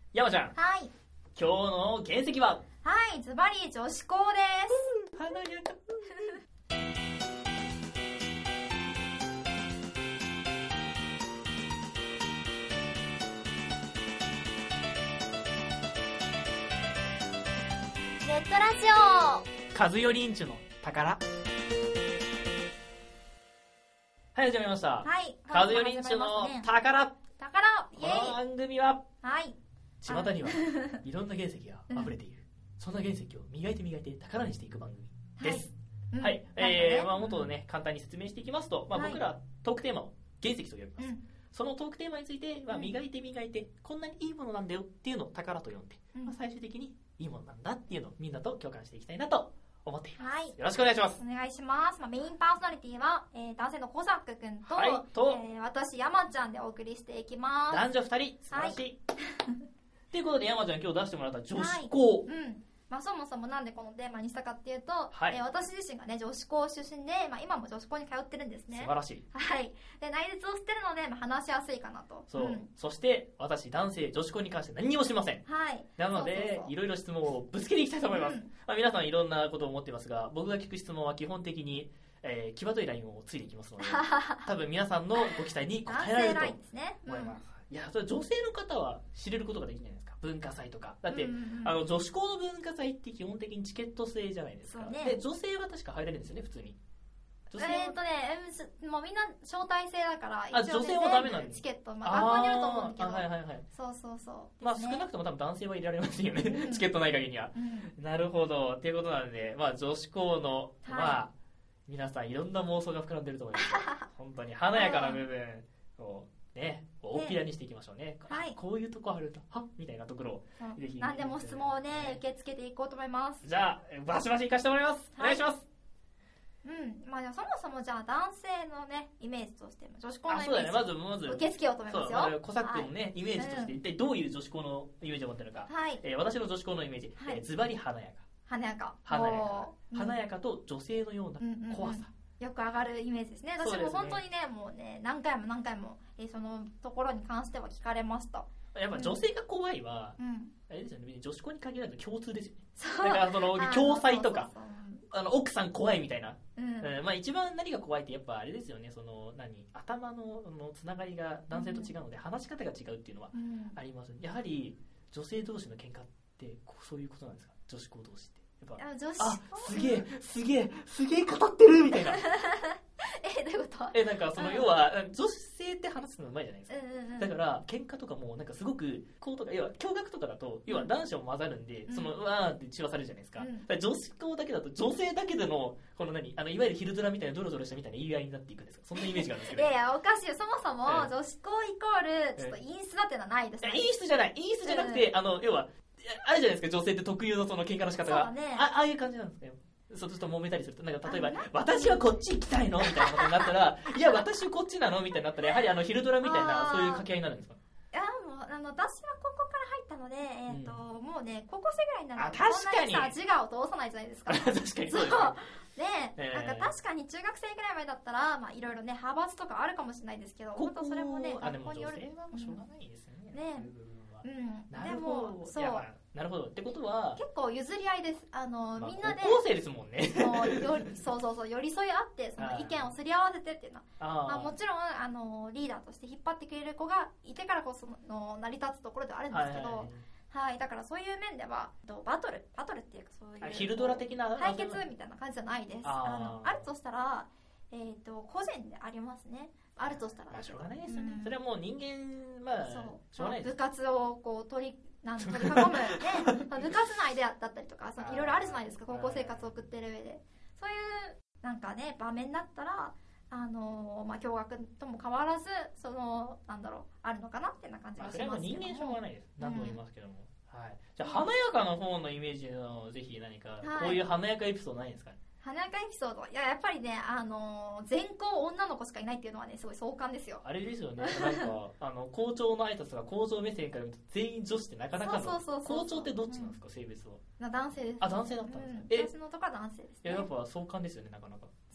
山ちゃん、 はい。 今日の原石ははい、ズバリ女子校です。 華やか。 ネットラジカズヨリンチュの宝。はい、始まりました。 オ。はい。 カズヨリンチュの宝。 宝、イこエイ。 の番組は、 はい。 巷にはいろんな原石が溢れている。そんな原石を磨いて宝にしていく番組です。はい。もっとね、簡単に説明していきますと、僕らトークテーマを原石と呼びます。そのトークテーマについて、磨いて、こんなにいいものなんだよっていうのを宝と呼んで、最終的にいいものなんだっていうのをみんなと共感していきたいなと思っています。よろしくお願いします。 お願いします。メインパーソナリティは、男性の小作くんと、私、山ちゃんでお送りしていきます。 男女2人、素晴らしい。ということで、山ちゃん今日出してもらった女子校。 そもそもなんでこのテーマにしたかっていうと、私自身がね、女子校出身で、今も女子校に通ってるんですね。 素晴らしい。 はい。で、内列をしてるので、話しやすいかなと。 そう。そして、私、男性、女子校に関して何にもしません。 はい。 なので、いろいろ質問をぶつけていきたいと思います。皆さんいろんなことを思っていますが、僕が聞く質問は基本的に、際どいラインをついていきますので、多分皆さんのご期待に応えられると思います。いや、それ女性の方は知れることができるじゃないですか。文化祭とか。だって、女子校の文化祭って基本的にチケット制じゃないですか。で、女性は確か入れるんですよね、普通に。 もうみんな招待制だから、 女性はダメなんです。 チケット、学校によると思うんだけど。 そう。少なくとも多分男性は入れられますよね、チケットない限りには。なるほど。っていうことなんで、女子校の、皆さんいろんな妄想が膨らんでると思います。本当に華やかな部分をね、大っぴらにしていきましょうね。こういうとこあると、はっみたいなところをぜひ。 何でも質問をね、受け付けていこうと思います。 じゃあ、バシバシ行かせてもらいます。お願いします。 そもそもじゃあ男性のね、イメージとして女子校のイメージ。 そうだね、まず受け付けようと思いますよ。 小作君のね、イメージとして一体どういう女子校のイメージを持ってるのか。私の女子校のイメージ、ズバリ華やか。華やかと女性のような怖さ。 よく上がるイメージですね。私も本当にね、もうね、何回も、そのところに関しては聞かれました。 やっぱ女性が怖いは、あれですよね、女子校に限らず共通ですよね。だからその、共済とか、奥さん怖いみたいな。一番何が怖いってやっぱあれですよね、その、頭のつながりが男性と違うので、話し方が違うっていうのはありますね。やはり、女性同士の喧嘩って、そういうことなんですか、女子校同士って。すげえ語ってるみたいな。 どういうこと？ その要は女性って話すのうまいじゃないですか。だから喧嘩とかもすごくこうとか、要は共学とかだと要は男子も混ざるんで、そのうわーって散らされるじゃないですか。女子校だけだと女性だけでのこのいわゆる昼ドラみたいなドロドロしたみたいな言い合いになっていくんですか。そんなイメージがあるんですけど。 いやおかしい。そもそも女子校イコールちょっと陰湿だってのはないですね。 陰湿じゃなくて要はあるじゃないですか、女性って特有のその喧嘩の仕方が。ああいう感じなんですね。そうすると揉めたりすると、例えば、私はこっち行きたいのみたいなことになったら、いや、私はこっちなのみたいになったら、やはり昼ドラみたいな、そういう掛け合いになるんですか？ いや、もう、私は高校から入ったので、もうね、高校生ぐらいになると、 確かに自我を通さないじゃないですか。 確かにそうですね。 確かに中学生ぐらい前だったら、いろいろね、派閥とかあるかもしれないですけど、本当それもね、学校による。 でもしょうがないですよね。 でも、そう。 なるほど。ってことは結構譲り合いです。みんなで高校生ですもんね。 そう寄り添いあってその意見をすり合わせてっていうのはもちろんリーダーとして引っ張ってくれる子がいてからこその成り立つところではあるんですけど、だからそういう面ではバトルっていうかそういう昼ドラ的な対決みたいな感じじゃないです。あるとしたら個人でありますね。あるとしたらしょうがないですよね。それはもう人間しょうがないです。 部活をこう取り囲むね部活内でだったりとかいろいろあるじゃないですか、高校生活を送ってる上で。そういう場面だったら共学とも変わらずあるのかなっていうな感じがしますけども。 それは人間しょうがないです。何度も言いますけども。じゃあ華やかの方のイメージのぜひ何かこういう華やかエピソードないですかね。 華やかエピソード、やっぱりね、全校女の子しかいないっていうのはね、すごい壮観ですよ。 あれですよね、校長の挨拶が校長目線から見ると全員女子ってなかなかの。校長ってどっちなんですか、性別は。 男性です。 男性だったんですね。 私のとこは男性ですね。 やっぱ壮観ですよね、なかなか。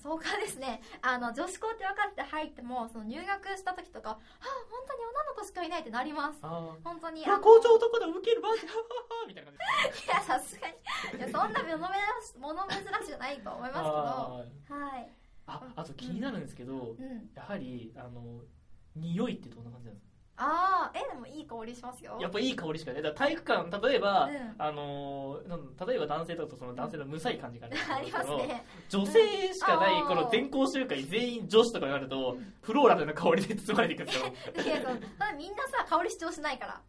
そうかですね。女子校って分かって入っても、その入学した時とか、本当に女の子しかいないってなります。本当に。 校長男で受けるマジみたいな感じ。 いや、さすがに。いや、そんな物珍しじゃないと思いますけど。はい。 あと気になるんですけど、やはり、匂いってどんな感じなんですか？ でもいい香りしますよ。 やっぱいい香りしかね。だから体育館、例えば、例えば男性だとその男性のむさい感じがありますね。 女性しかないこの全校集会全員女子とかになると、フローラルな香りで包まれていくんですよ。 ただみんなさ、香り主張しないから。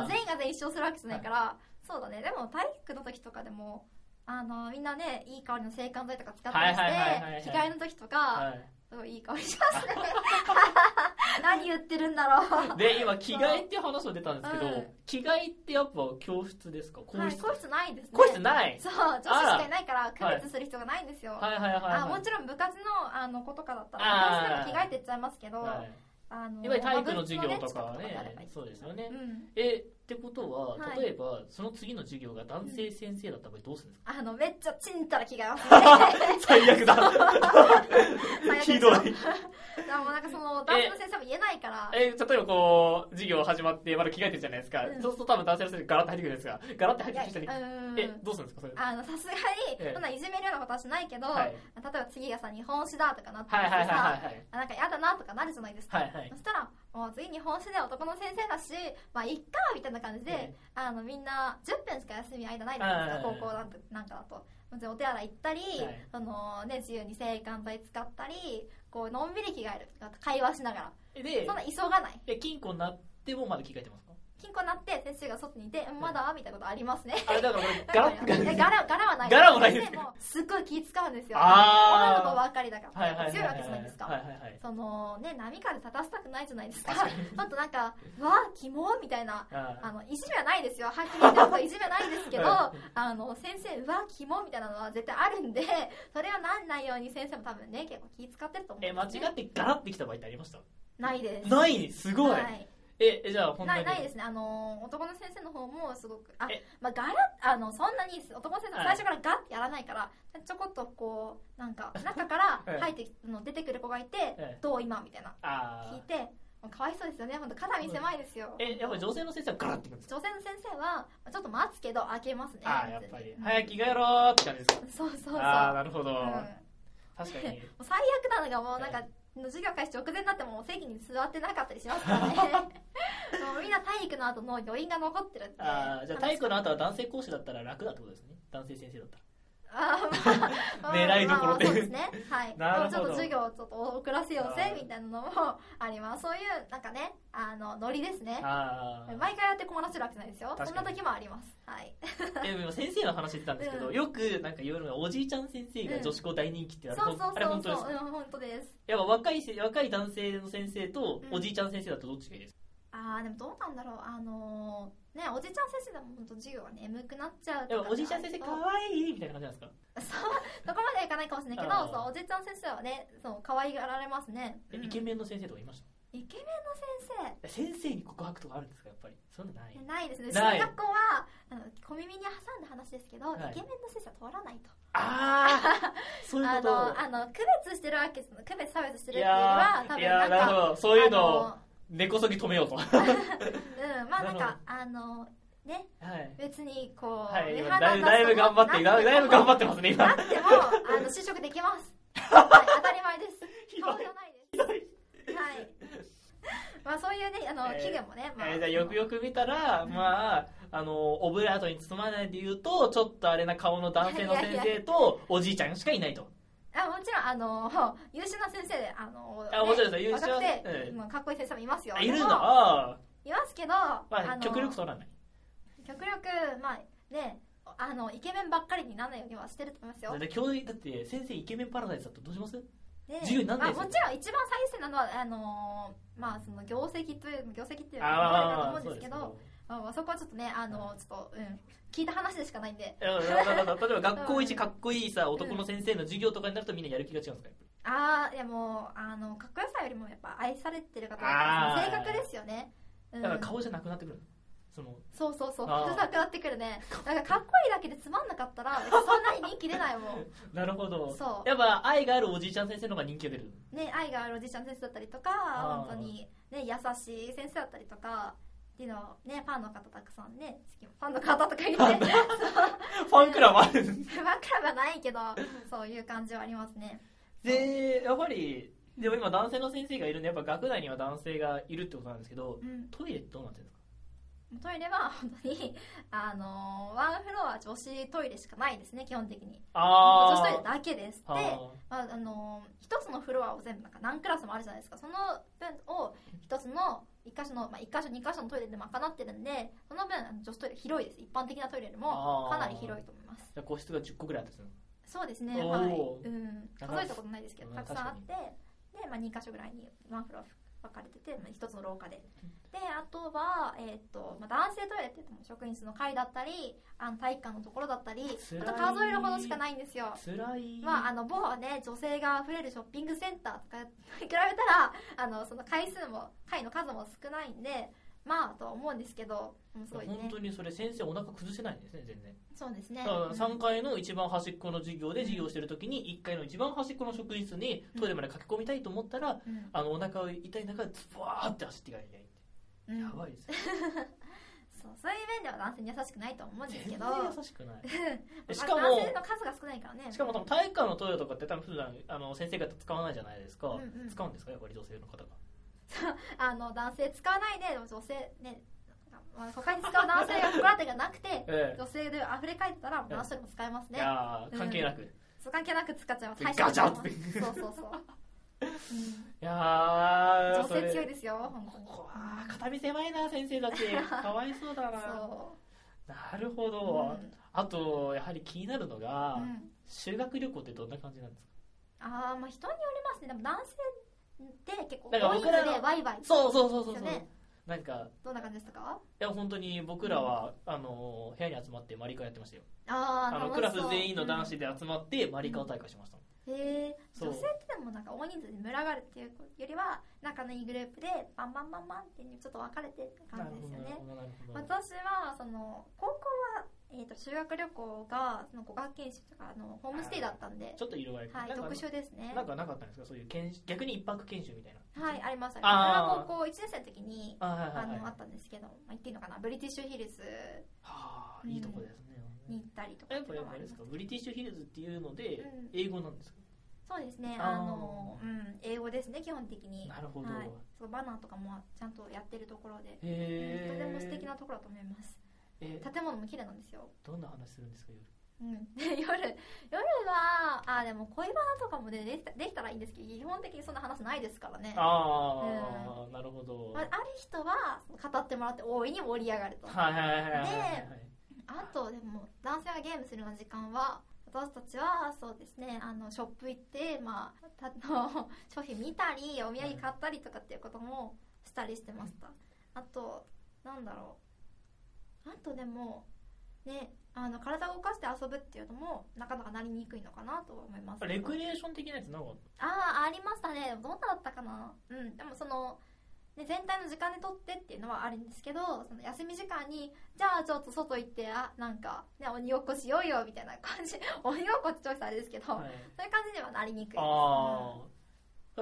全員が全員主張するわけじゃないから、そうだね。でも体育の時とかでも、みんなね、いい香りの制汗剤とか使ったりして、着替えの時とか、すごいいい香りしますね。何言ってるんだろう。 で、今着替えっていう話も出たんですけど、着替えってやっぱ教室ですか？ 更衣室ないですね。 更衣室ない？ そう、女子しかいないから区別する人がないんですよ。もちろん部活の子とかだったら部活でも着替えてっちゃいますけど、 いわゆる体育の授業とかはね、そうですよね。ってことは、例えばその次の授業が男性先生だった場合どうするんですか？ めっちゃちんたら着替えますね。 最悪だ。ひどい。 もうなんかその男性の先生も言えないから。 例えばこう授業始まってまだ着替えてるじゃないですか。そうすると多分男性の先生ガラッと入ってくるんですが、ガラッと入ってきた人にどうするんですかそれ？ さすがにそんないじめるようなことはしないけど、例えば次がさ日本史だとかなってさ、なんかやだなとかなるじゃないですか。そしたらもう次日本史で男の先生だし、まあいっかみたいな感じで、みんな10分しか休み間ないじゃないですか、高校なんかだと。お手洗い行ったり、自由に制汗剤使ったり、こうのんびり着替える、会話しながら。そんな急がない。 金庫になってもまだ着替えてますか？ 金庫になって先生が外にいて、まだみたいなことありますね。 だからガラはない。 ガラもないです。 先生もすっごい気使うんですよ。女の子ばっかりだから。強いわけじゃないですか。そのね、波風立たせたくないじゃないですか。ちょっとなんか、キモみたいな、いじめはないですよ。はっきり言ってるといじめはないですけど、先生、キモみたいなのは絶対あるんで、それはなんないように先生も多分ね、結構気使ってると思う。 間違ってガラってきた場合ってありました？ ないです。 ない？すごい。じゃあ本当にないですね。男の先生の方もすごくガラそんなに男の先生最初からガッてやらないから、ちょこっとこうなんか中から入って出てくる子がいて、どう今みたいな聞いて、かわいそうですよね。本当肩身狭いですよ。 やっぱり女性の先生はガラってくるんですか？ 女性の先生はちょっと待つけど開けますね。 やっぱり早く着替えろって感じですか？ そう。 なるほど。確かに。 最悪なのがもうなんか。授業開始直前になっても席に座ってなかったりしますからね。もうみんな体育の後の余韻が残ってるって。 じゃあ体育の後は男性講師だったら楽だってことですね。男性先生だったら。狙いどころで。 そうですね。はい。なるほど。ちょっと授業をちょっと遅らせようぜみたいなのもあります。そういうなんかね、ノリですね。毎回やって困らせるわけじゃないですよ。そんな時もあります。はい。 でも先生の話してたんですけど、よくなんか言われるのがおじいちゃん先生が女子校大人気ってあれ本当ですか？ 本当です。 やっぱ若い男性の先生とおじいちゃん先生だとどっちがいいですか？ でもどうなんだろう。おじいちゃん先生でも本当授業が眠くなっちゃうとか。 おじいちゃん先生かわいいみたいな感じなんですか？ そこまではいかないかもしれないけど、おじいちゃん先生はね、可愛がられますね。 イケメンの先生とかいました？ イケメンの先生に告白とかあるんですか？やっぱりそういうのないですね。うちの学校は小耳に挟んだ話ですけど、イケメンの先生は通らないと。 そういうこと。 区別してるわけです。区別差別してるっていうよりは、多分なんかなるほど、そういうのを根こそぎ止めようと。 なんかね、別にこう、 だいぶ頑張ってますね今。 なっても就職できます。当たり前です。顔じゃないです。はい。そういうね器具もね。 じゃあよくよく見たらオブラートに包まないで言うとちょっとあれな顔の男性の先生とおじいちゃんしかいないと。 もちろん優秀な先生でもちろんです優秀でかっこいい先生もいますよ。 いるんだ。 いますけど極力取らない。 極力イケメンばっかりにならないようにはしてると思いますよ。 だって先生イケメンパラダイスだとどうします？授業になんないですよ。 もちろん一番最優先なのはその業績っていうのがあると思うんですけど、そこはちょっとね聞いた話でしかないんで。例えば学校一かっこいいさ男の先生の授業とかになるとみんなやる気が違うんですか？ いやもうかっこよさよりもやっぱ愛されてる方の性格ですよね。 だから顔じゃなくなってくる。 そう臭くなってくるね。だからかっこいいだけでつまんなかったらそんなに人気出ないもん。 なるほど。 そうやっぱ愛があるおじいちゃん先生の方が人気が出るね。愛があるおじいちゃん先生だったりとか、本当にね優しい先生だったりとかっていうのをね、ファンの方たくさんね、ファンの方とか言ってファンクラブある。 ファンクラブはないけど、そういう感じはありますね。 でやっぱりでも今男性の先生がいるんで、やっぱ学内には男性がいるってことなんですけど、トイレってどうなってるんですか？ トイレは本当にワンフロア女子トイレしかないですね、基本的に。女子トイレだけです。で、一つのフロアを全部なんか何クラスもあるじゃないですか。その分を一つの1箇所の、1箇所2箇所のトイレで賄ってるんで、その分女子トイレ広いです。一般的なトイレよりもかなり広いと思います。 じゃあ個室が10個ぐらいあったんですね。 そうですね、はい、数えたことないですけどたくさんあって、で、2箇所ぐらいにワンフロア分かれてて、一つの廊下で。で、あとは、男性トイレって言っても職員室の階だったり、体育館のところだったり、あと数えるほどしかないんですよ。 辛い。 某ね、女性が溢れるショッピングセンターとか比べたら、その階の数も少ないんで、とは思うんですけど、すごいね。 本当にそれ先生お腹崩せないんですね、全然。 そうですね。 3階の一番端っこの授業で授業してる時に、1階の一番端っこの職員室にトイレまで駆け込みたいと思ったら、お腹痛い中でズワーって走っていかなきゃいけないって。やばいですね。 そういう面では男性に優しくないと思うんですけど、 全然優しくないしかも男性の数が少ないからね。 しかも体育館のトイレとかって多分普段先生方使わないじゃないですか。使うんですか、やっぱり女性の方が。 男性使わないで女性ね、他に使う男性が心当たりがなくて、女性で溢れかえってたら男性でも使えますね。 いや関係なく、 関係なく使っちゃいます。 ガチャって。 そういや女性強いですよ、本当に。 肩身狭いな、先生たち。かわいそうだな。なるほど。あとやはり気になるのが、修学旅行ってどんな感じなんですか？ 人によりますね。でも男性って結構大人数でワイワイ。 そうなんかどんな感じでしたか？ いや本当に僕らは、部屋に集まってマリカやってましたよ。クラス全員の男子で集まってマリカを大会しました。 女性ってでもなんか大人数で群がるっていうよりは仲のいいグループでバンバンってちょっと分かれてって感じですよね。私は高校は修学旅行が語学研修とかホームステイだったんで、 ちょっと色合い特殊ですね。 なんかなかったんですか、そういう逆に一泊研修みたいな。 はい、あります。それは高校1年生の時にあったんですけど、言っていいのかな、ブリティッシュヒルズいいとこですね。 に行ったりとか。 やっぱりですか、ブリティッシュヒルズっていうので英語なんですか？ そうですね、英語ですね、基本的に。 なるほど。 そうバナーとかもちゃんとやってるところで、とても素敵なところだと思います。建物も綺麗なんですよ。 どんな話するんですか、 夜はでも恋バナとかもできたらいいんですけど、基本的にそんな話ないですからね。 なるほど。 ある人は語ってもらって大いに盛り上がると。で、あとでも男性がゲームするような時間は私たちはそうですね、ショップ行って商品見たりお土産買ったりとかっていうこともしたりしてました。あとでもね、体を動かして遊ぶっていうのもなかなかなりにくいのかなと思います。 レクリエーション的なやつなの？ ありましたね。でもどんなだったかな。でも全体の時間で取ってっていうのはあるんですけど、その休み時間にじゃあちょっと外行ってなんか、ね、鬼ごっこしようよみたいな感じ。鬼ごっこってチョイスあれですけど、そういう感じにはなりにくいです。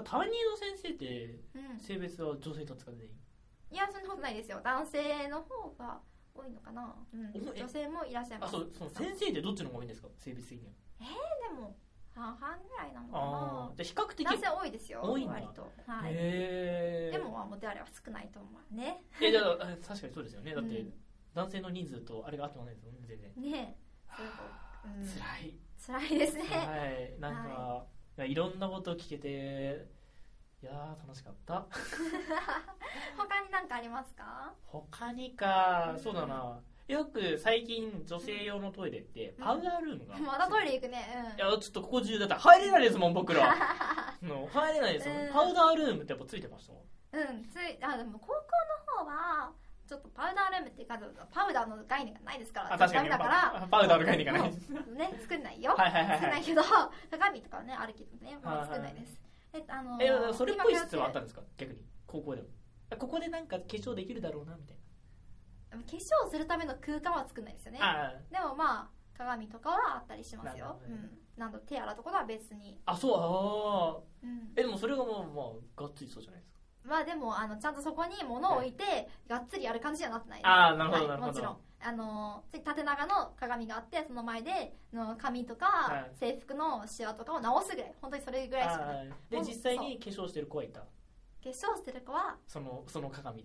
担任の先生って性別は女性と使っていい？ いや、そんなことないですよ。男性の方が多いのかな。女性もいらっしゃいます。 その先生ってどっちの方が多いんですか、性別的には？ でも半々ぐらいなのかな。 じゃ比較的男性多いですよ。 多いんだ。 割と。でもモテあれは少ないと思うね。 確かにそうですよね。だって男性の人数とあれが合ってもないですもんね、全然。 ね。辛いですね。 なんかいろんなことを聞けて、いやー楽しかった。 他に何かありますか？ 他にか、そうだな。よく最近女性用のトイレってパウダールームが、 まだトイレ行くね。 いやちょっとここ中だったら入れないですもん、僕ら。入れないですよ。パウダールームってやっぱついてましたもん。 でも高校の方はちょっとパウダールームっていうかパウダーの概念がないですから。 確かにだからパウダーの概念がないね、作んないよ。作んないけど鏡とかはねあるけどね、作んないです。 それっぽい質はあったんですか、逆に高校でも。ここでなんか化粧できるだろうなみたいな。 化粧するための空間は作んないですよね。でもまあ鏡とかはあったりしますよ。なんと手洗うところは別に。 でもそれがもうまあがっつりそうじゃないですか。 まあでもちゃんとそこに物を置いてがっつりやる感じにはなってないです。 なるほどなるほど。 もちろん縦長の鏡があってその前で髪とか制服のシワとかを直すぐらい、本当にそれぐらいしかない。 で実際に化粧してる子はいた？ 化粧してる子はその鏡で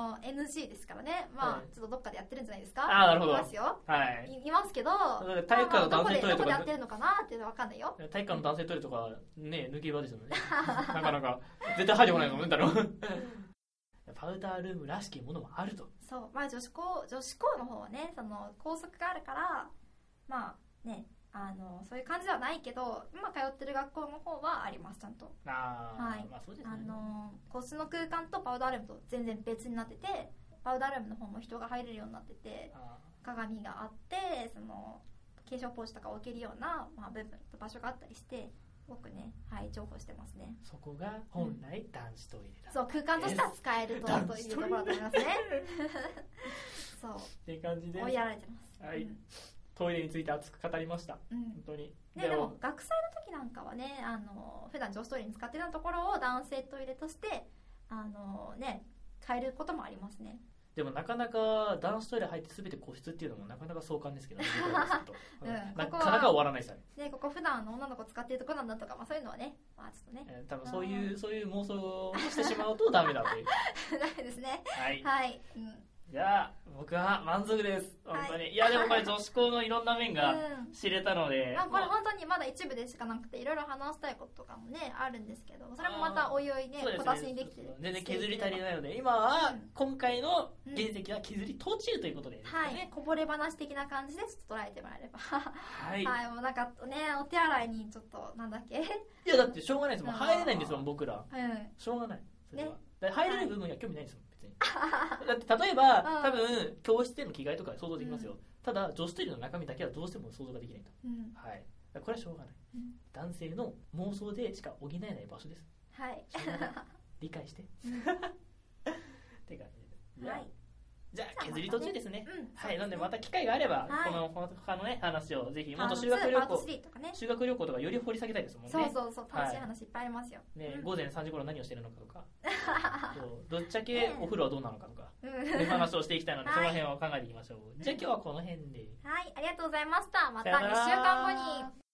NG ですからね。まあちょっとどっかでやってるんじゃないですか。 なるほど。 いますよ。いますけど、 体育館の男性トイレとかどこでやってるのかなっていうのは分かんないよ。 体育館の男性トイレとかね抜け場ですよね。なかなか絶対入ってこないのもんだろう。パウダールームらしきものもあると。 そう、まあ女子校の方はね、その校則があるからまあね、そういう感じではないけど、今通ってる学校の方はあります、ちゃんと。 まあそうですね。 個室の空間とパウダールームと全然別になってて、パウダールームの方も人が入れるようになってて、鏡があって、その化粧ポーチとか置けるような、まあ、部分と場所があったりして、僕ね、重宝してますね。 そこが本来男子トイレだ。 そう、空間としては使えるというところだと思いますね。そうっていう感じで追いやられてます。 はい。トイレについて熱く語りました。本当に。 でも学祭の時なんかはね、普段女子トイレに使ってるようなところを男性トイレとして変えることもありますね。 でもなかなか男子トイレ入って全て個室っていうのもなかなか壮観ですけどね。なかなか終わらないですよね。 ここ普段の女の子使ってるとこなんだとか、まあそういうのはね、まあちょっとね。 多分そういう妄想をしてしまうとダメだという。 ダメですね。 はい。じゃあ僕は満足です。本当に。いやでもこれ女子校のいろんな面が知れたので、 これ本当にまだ一部でしかなくて、いろいろ話したいこととかもねあるんですけど、それもまたおいおいね小出しにできてる。 全然削り足りないので、今は今回の原石は削り途中ということでですね。 こぼれ話的な感じでちょっと捉えてもらえれば。もうなんかね、お手洗いにちょっとなんだっけ。 いやだってしょうがないですもん。入れないんですもん僕ら。しょうがない。それは入れる部分には興味ないですもん。だって例えば多分教室での着替えとか想像できますよ。ただ女子トイレの中身だけはどうしても想像ができないと。これはしょうがない。男性の妄想でしか補えない場所です。理解してって感じで。じゃあ削り途中ですね。なのでまた機会があればこの他のね話をぜひ、もっと修学旅行とかより掘り下げたいですもんね。 そう楽しい話いっぱいありますよ。 午前3時頃何をしてるのかとか、どっちだけお風呂はどうなのかとか、そういう話をしていきたいので、その辺を考えていきましょう。じゃあ今日はこの辺で。 ありがとうございました。また2週間後に。